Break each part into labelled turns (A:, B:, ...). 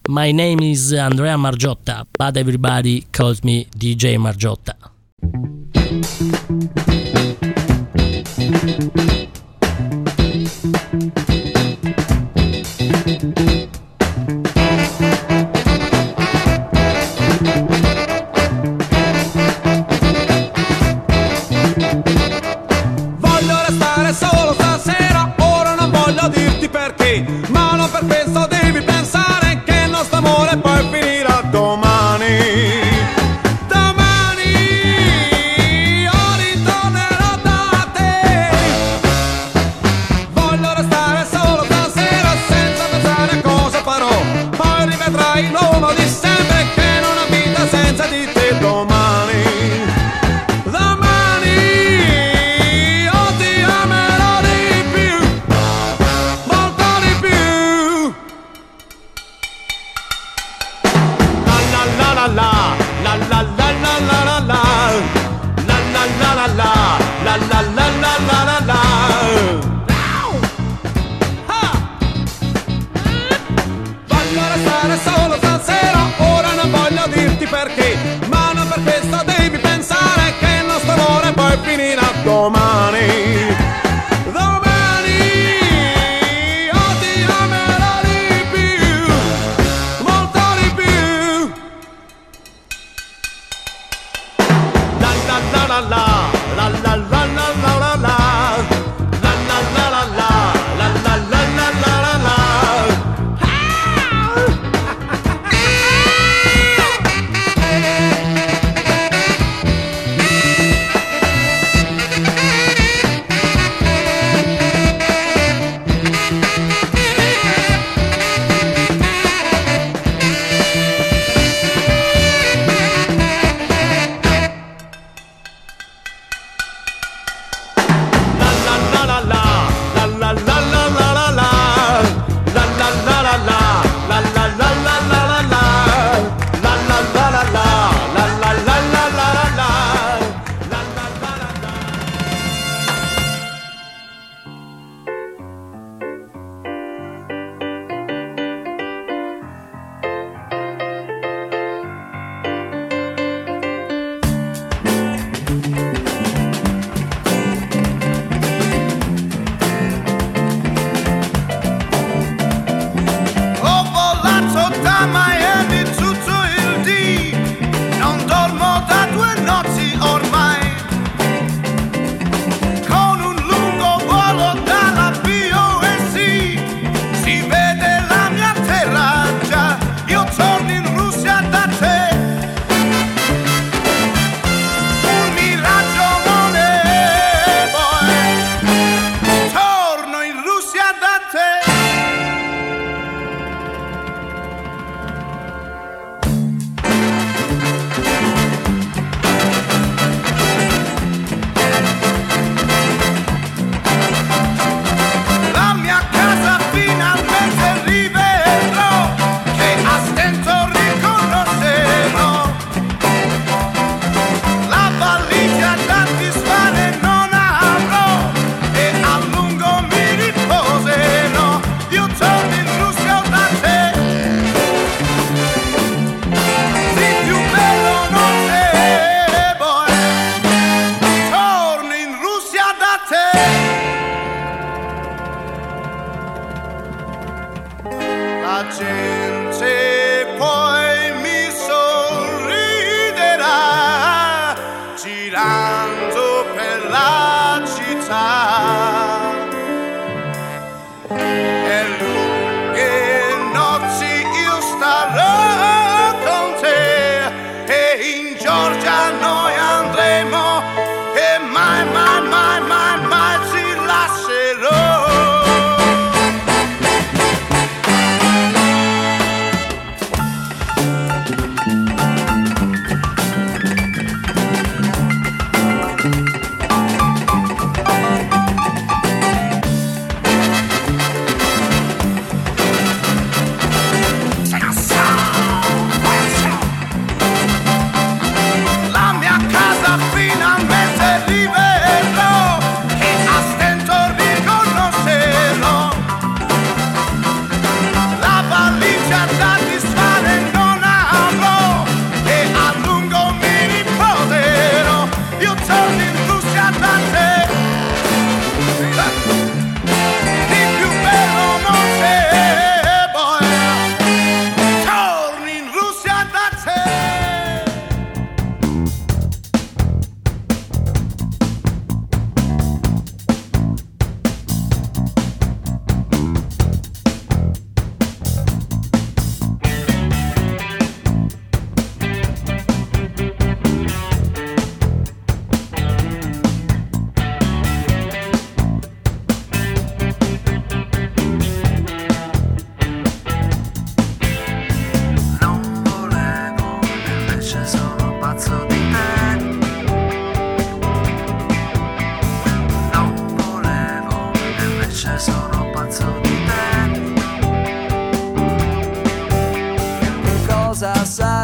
A: My name is Andrea Margiotta, but everybody calls me DJ Margiotta.
B: Voglio restare solo stasera, ora non voglio dirti perché, ma non per questo devi pensare che il nostro amore poi finirà domani. Domani io ritornerò da te. Voglio restare solo stasera senza pensare a cosa farò, poi rivedrai l'uomo di sempre che non ha vita senza di te domani. Voglio restare solo stasera, ora non voglio dirti perché, ma non per questo devi pensare che il nostro amore poi finirà domani. Domani io ti amerò di più, molto di più. La la la la la, la la la la la la la, la la la la la, la la la la la la.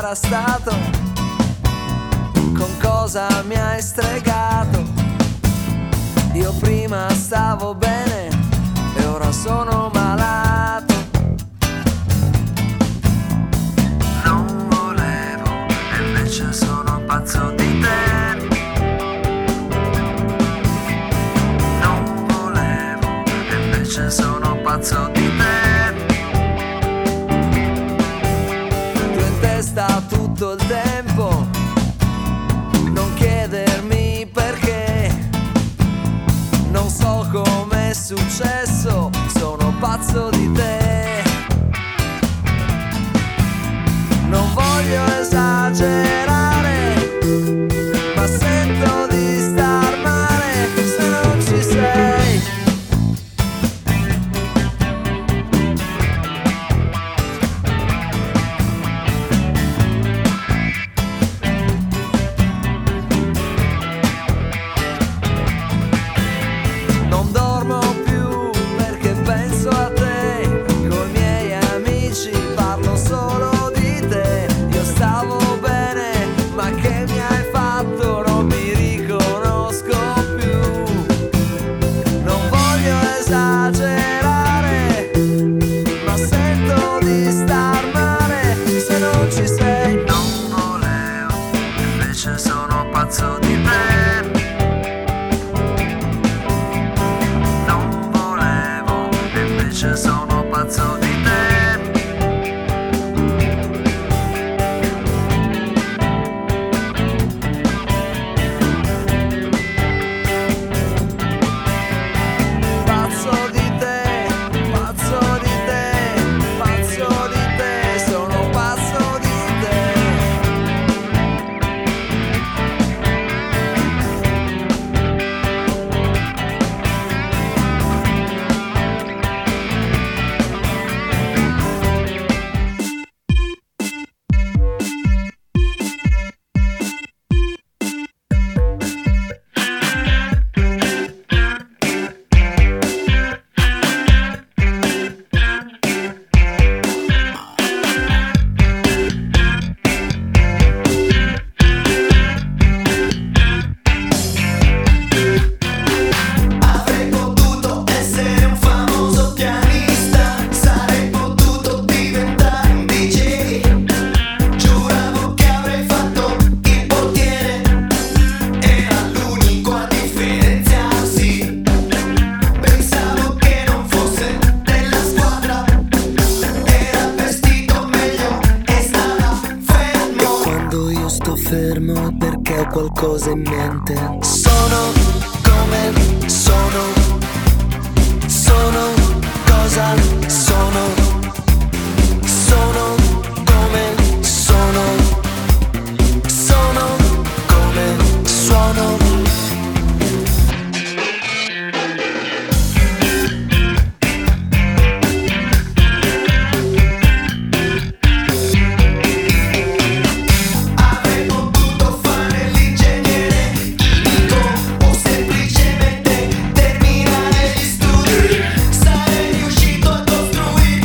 C: sarà stato? Con cosa mi hai stregato? Io prima stavo bene e ora sono malato. Non volevo e invece sono pazzo di te. Non volevo e invece sono pazzo di te. Tu in testa tutto il tempo, non chiedermi perché. Non so com'è successo, sono pazzo di te. Non voglio esagerare, ma sento di star male se non ci sei. Non dormo più perché penso a te, coi miei amici parlo solo di te. Io stavo bene, ma che mi hai fatto? Non mi riconosco più. Non voglio esagerare, ma sento di star male se non ci sei. Non volevo, invece sono pazzo di te. Non volevo, invece sono pazzo di te. Pazzo di te, pazzo di te, pazzo di te, sono pazzo di te.
D: Avrei potuto essere un famoso pianista, sarei potuto diventare un DJ. Giuravo che avrei fatto il portiere, era l'unico a differenziarsi. Pensavo che non fosse della squadra, era vestito meglio e stava fermo.
C: Quando io sto fermo è perché ho qualcosa in mente. Sono come sono, sono cosa sono, sono come sono, sono come suono.
D: Avrei potuto fare l'ingegnere chimico o semplicemente terminare gli studi. Sarei riuscito a costruire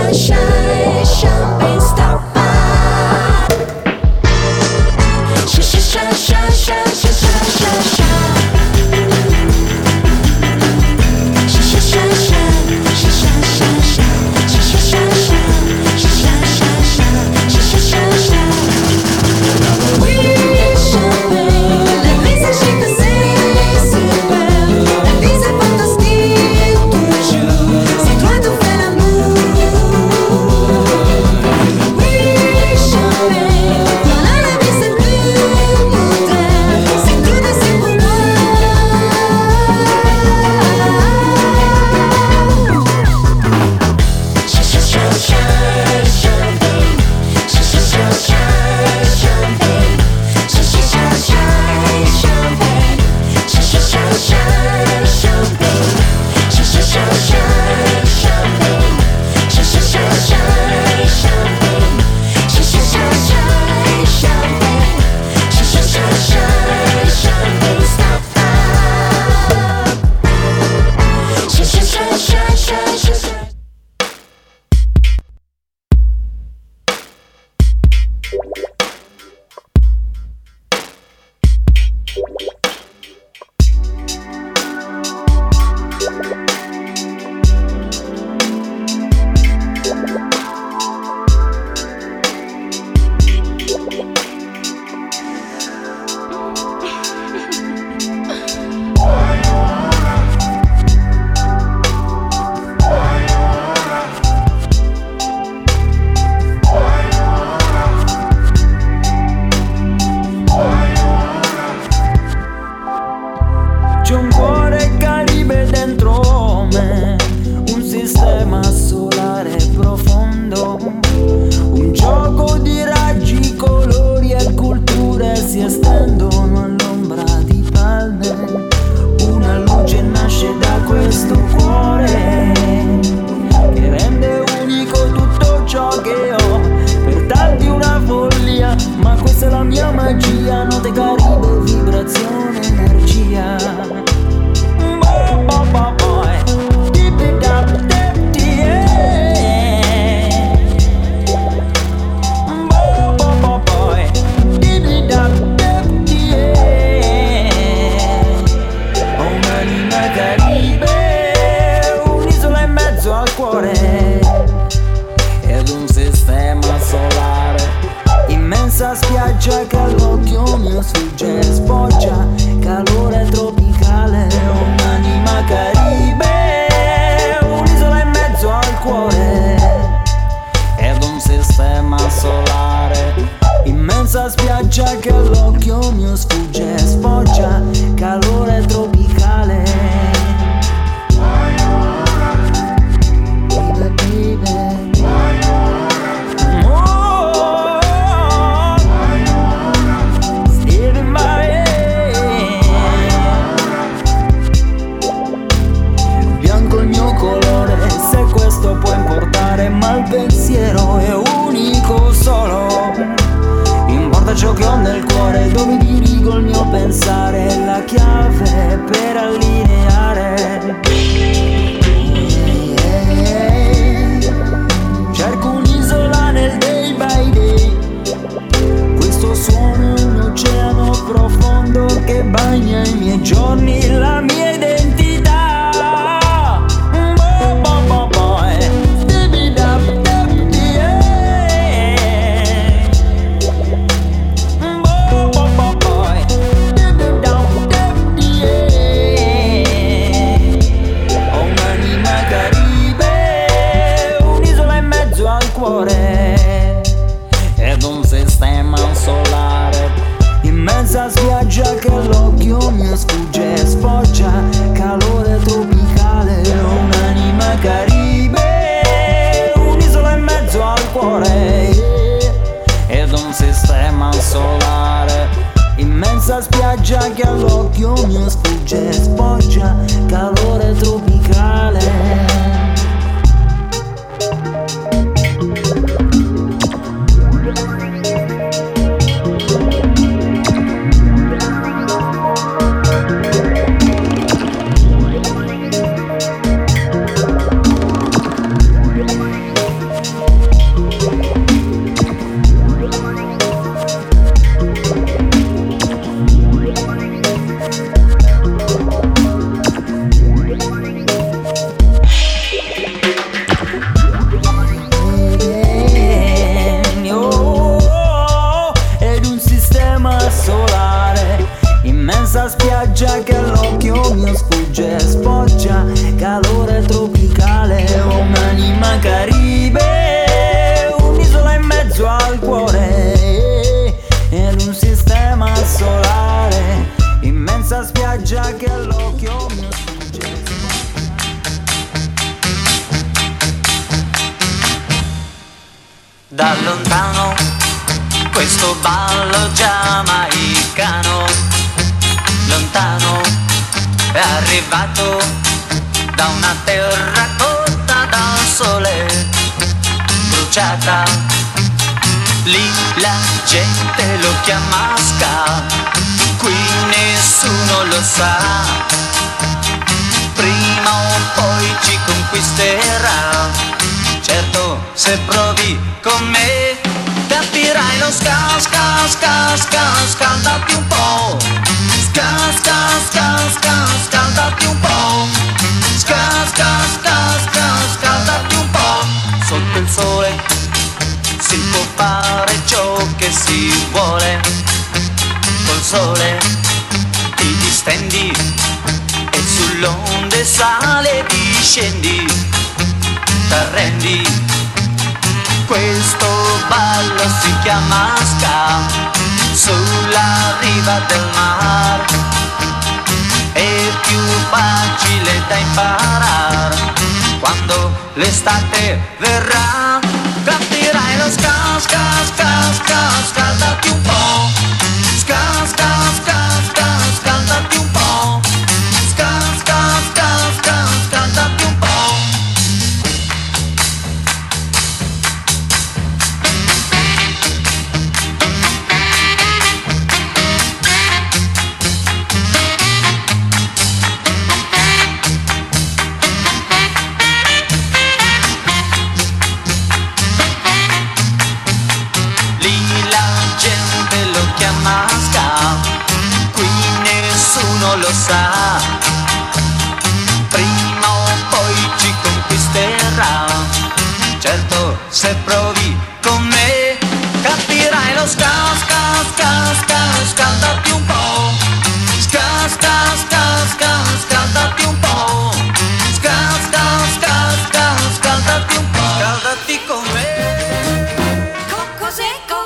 E: Shine, champagne star bar. Shine, shine, shine, shine, shine, shine, shine. Shine, shine, shine, shine, shine, shine, shine, shine, shine, shine. Oui, champagne, la vie c'est chic, c'est super. La vie c'est fantastique, toujours. C'est toi tout fais l'amour. Oui, champagne, voilà la vie c'est plus moderne. C'est tout de c'est pour moi.
F: C'è un cuore Caribe dentro me, un sistema solare profondo, un gioco di raggi, colori e culture si estendono all'ombra di palme. Una luce nasce da questo cuore che rende unico tutto ciò che ho, per darti una follia, ma questa è la mia magia. Note Caribe, vibrazione, energia. Un'anima Caribe, un'isola in mezzo al cuore ed un sistema solare, immensa spiaggia che all'occhio mio sfugge, spoggia calore tropicale. Un'anima Caribe, un'isola in mezzo al cuore ed un sistema solare, immensa spiaggia che all'occhio mio sfugge, spoggia calore tropicale. Baby, baby. Bianco il mio colore, se questo può importare, ma il pensiero è unico solo. Importa ciò che ho nel cuore, dove dirigo il mio pensare, la chiave per allineare. Cerco un'isola nel day by day, questo suono è un oceano profondo che bagna i miei giorni, la mia identità. Ed un sistema solare, immensa spiaggia che all'occhio mio sfugge, spoggia calore tropicale. Un'anima Caribe, un'isola in mezzo al cuore ed un sistema solare, immensa spiaggia che all'occhio mio sfugge, spoggia calore tropicale.
G: Da lontano questo ballo giamaicano, lontano è arrivato da una terra cotta dal sole, bruciata. Lì la gente lo chiama ska, qui nessuno lo sa. Prima o poi ci conquisterà, certo se provi con me capirai lo ska, ska, ska, ska, scaldati un po'. Ska, ska, ska, ska, scaldati un po'. Ska, ska, ska, ska, scaldati un po'. Sotto il sole si può fare ciò che si vuole, col sole ti distendi e sull'onde sale e discendi, t'arrendi. Questo ballo si chiama ska, sulla riva del mar, è più facile da imparare. Quando l'estate verrà capirai lo ska, ska, ska, ska, scaldati un po'. Ska, ska, ska, ska, scaldati un po'. Ska, ska, ska, ska, scaldati un po'. Lo sa, prima o poi ci conquisterà, certo se provi con me capirai lo ska, ska, ska, ska, scaldati un po'. Ska, ska, ska, ska, scaldati un po'. Ska, ska, ska, ska, scaldati un po'. Scaldati con me.
E: Cocco secco.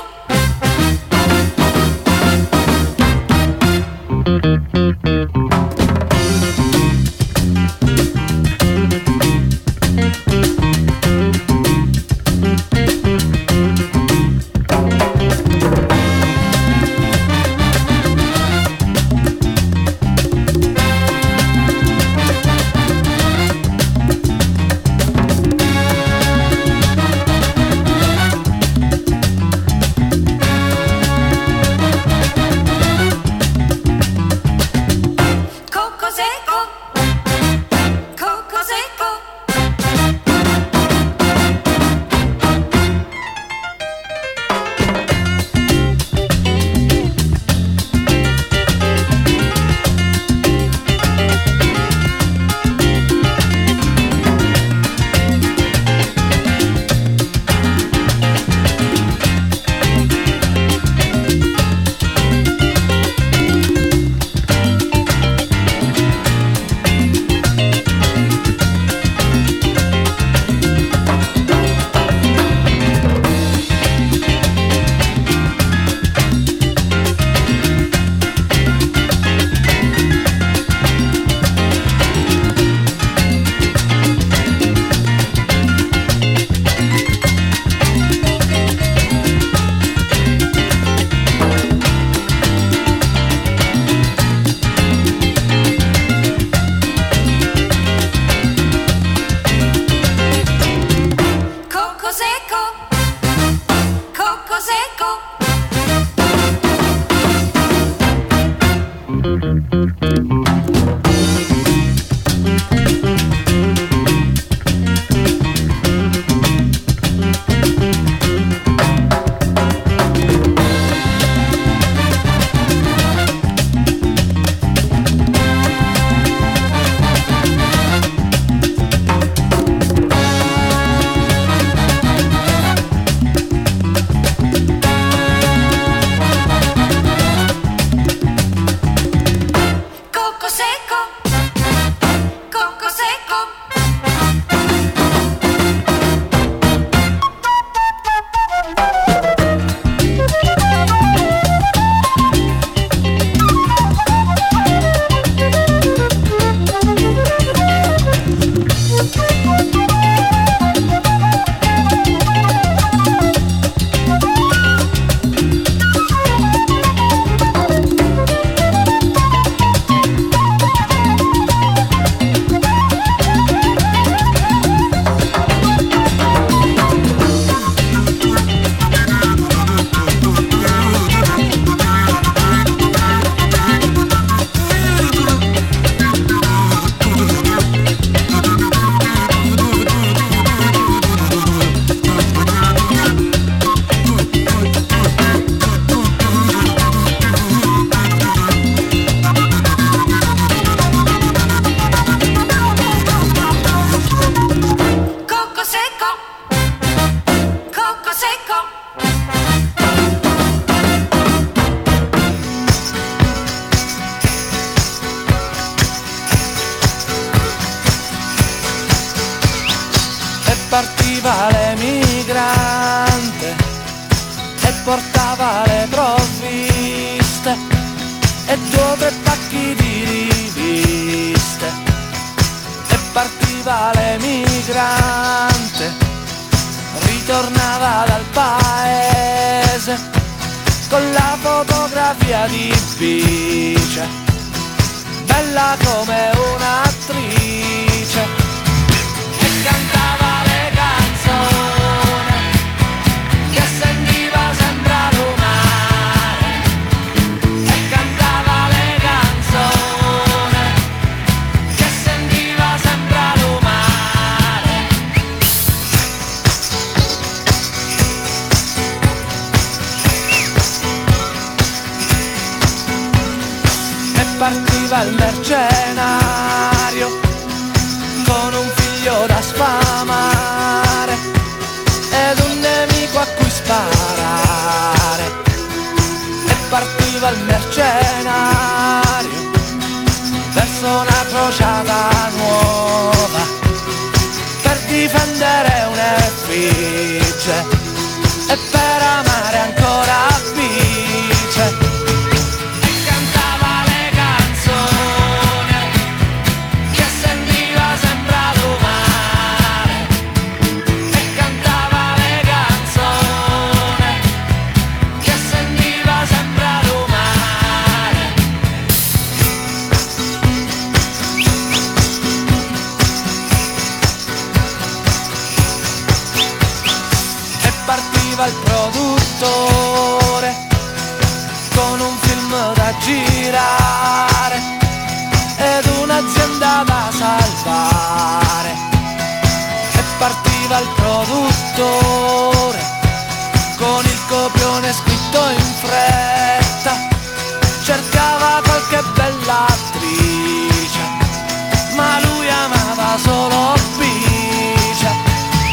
C: portava le provviste e 2 o 3 pacchi di riviste, e partiva l'emigrante, ritornava dal paese con la fotografia di Bice, bella come un'attrice, e cantava le canzoni che sentiva sembra l'umare, e cantava le canzoni che sentiva sembra l'umare. E partiva il mercenario con un figlio da sfamare ed un nemico a cui sparare. E partiva il mercenario verso una crociata nuova per difendere un'effigie e per amare ancora Bice. Il produttore con un film da girare ed un'azienda da salvare. E partiva il produttore con il copione scritto in fretta, cercava qualche bella attrice, ma lui amava solo Bice.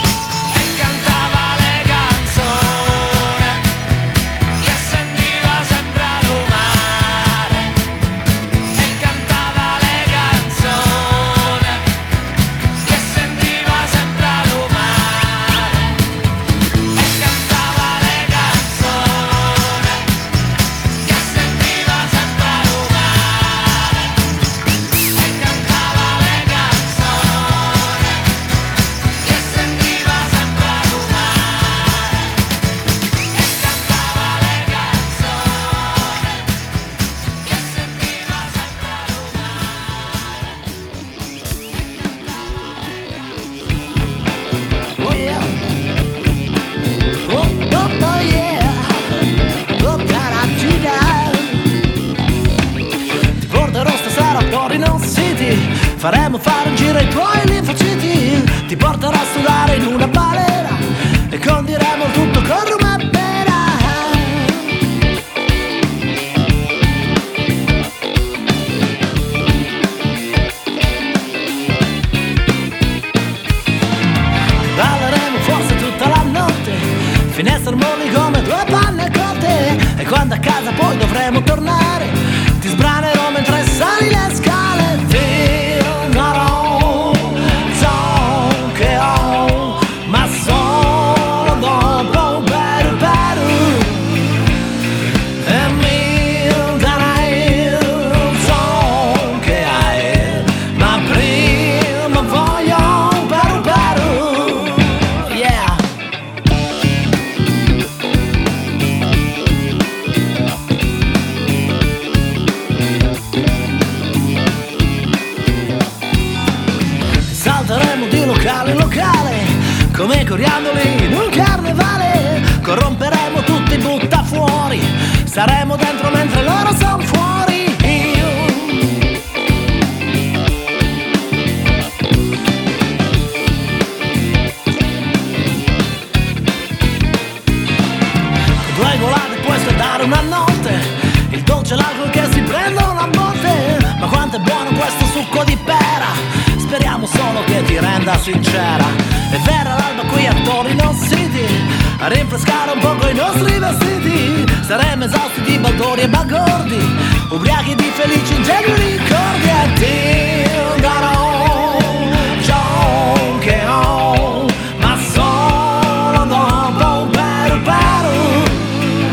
H: Faremo fare un giro ai tuoi linfociti, ti porterò a sudare in una balera e condiremo il tutto con rum e pera. Balleremo forse tutta la notte, finestre molli come 2 panne cotte, e quando a casa poi dovremo tornare ti sbranerò mentre sali le scale. Come coriandoli in un carnevale, corromperemo tutti, butta fuori, saremo dentro mentre loro son fuori. Due volate puoi scaldare una notte, il dolce e l'alcol che si prendono a botte. Ma quanto è buono questo succo di pera, speriamo solo che ti renda sincera. E verrà l'alba qui a Torino City a rinfrescare un poco i nostri vestiti. Saremo esausti di baldori e bagordi, ubriachi di felici ingenui ricordi. E tingarò John che ho, ma solo dopo un peru peru.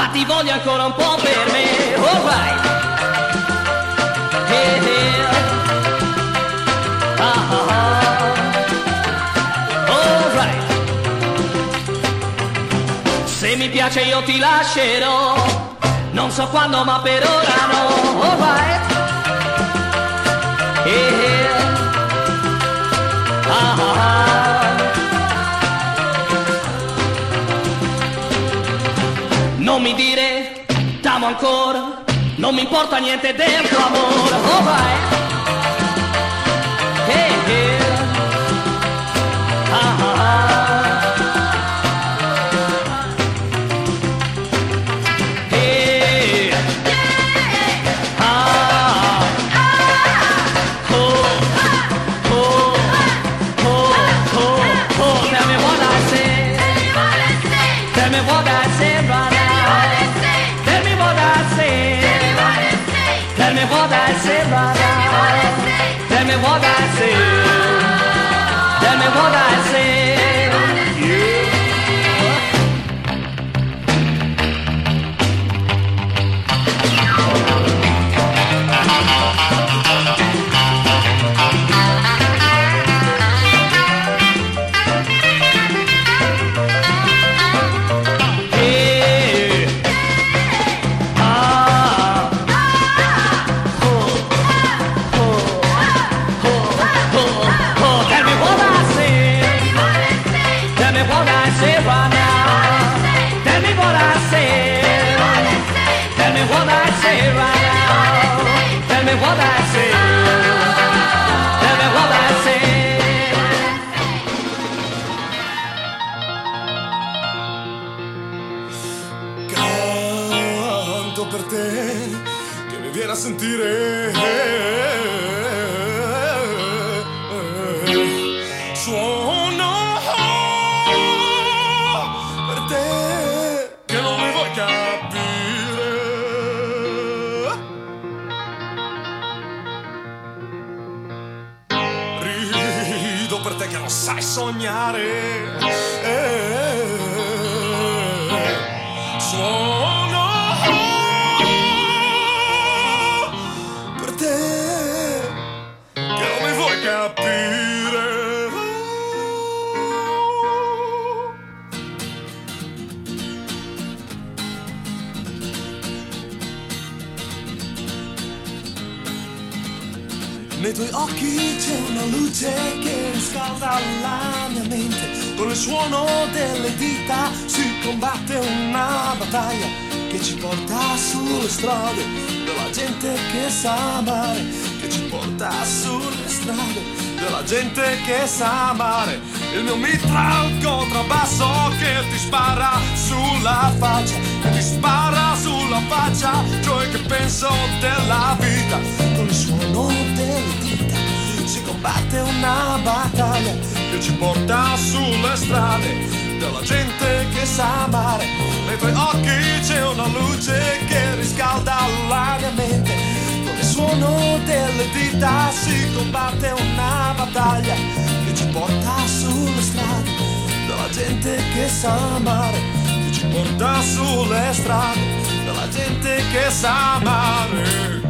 I: ti voglio ancora un po' per me. Alright. Hey, hey. Alright. Se mi piace io ti lascerò, non so quando ma per ora no. Alright. Hey, hey. Non mi dire t'amo ancora, non mi importa niente del tuo amore. Oh vai. Hey, hey. Hey. Tell me what I say. Tell me what I say right now. Tell me what I say. Tell me what I say right now. Tell me what I say. Tell me what I say.
B: Canto per te che mi viene a sentire. Suono per te che non mi vuoi capire. Rido per te che non sai sognare. Suono per te che non mi vuoi capire. Nei tuoi occhi c'è una luce che riscalda la mia mente. Con il suono delle dita si combatte una battaglia che ci porta sulle strade della gente che sa amare, che ci porta sulle strade della gente che sa amare. Il mio mitra al contrabbasso che ti spara sulla faccia, che ti spara sulla faccia, cioè che penso della vita. Con il suono delle dita si combatte una battaglia che ci porta sulle strade della gente che sa amare. Nei tuoi occhi c'è una luce che riscalda la mia mente. Con il suono delle dita si combatte una battaglia che ci porta sulle strade della gente che sa amare, che ci porta sulle strade della gente che sa amare.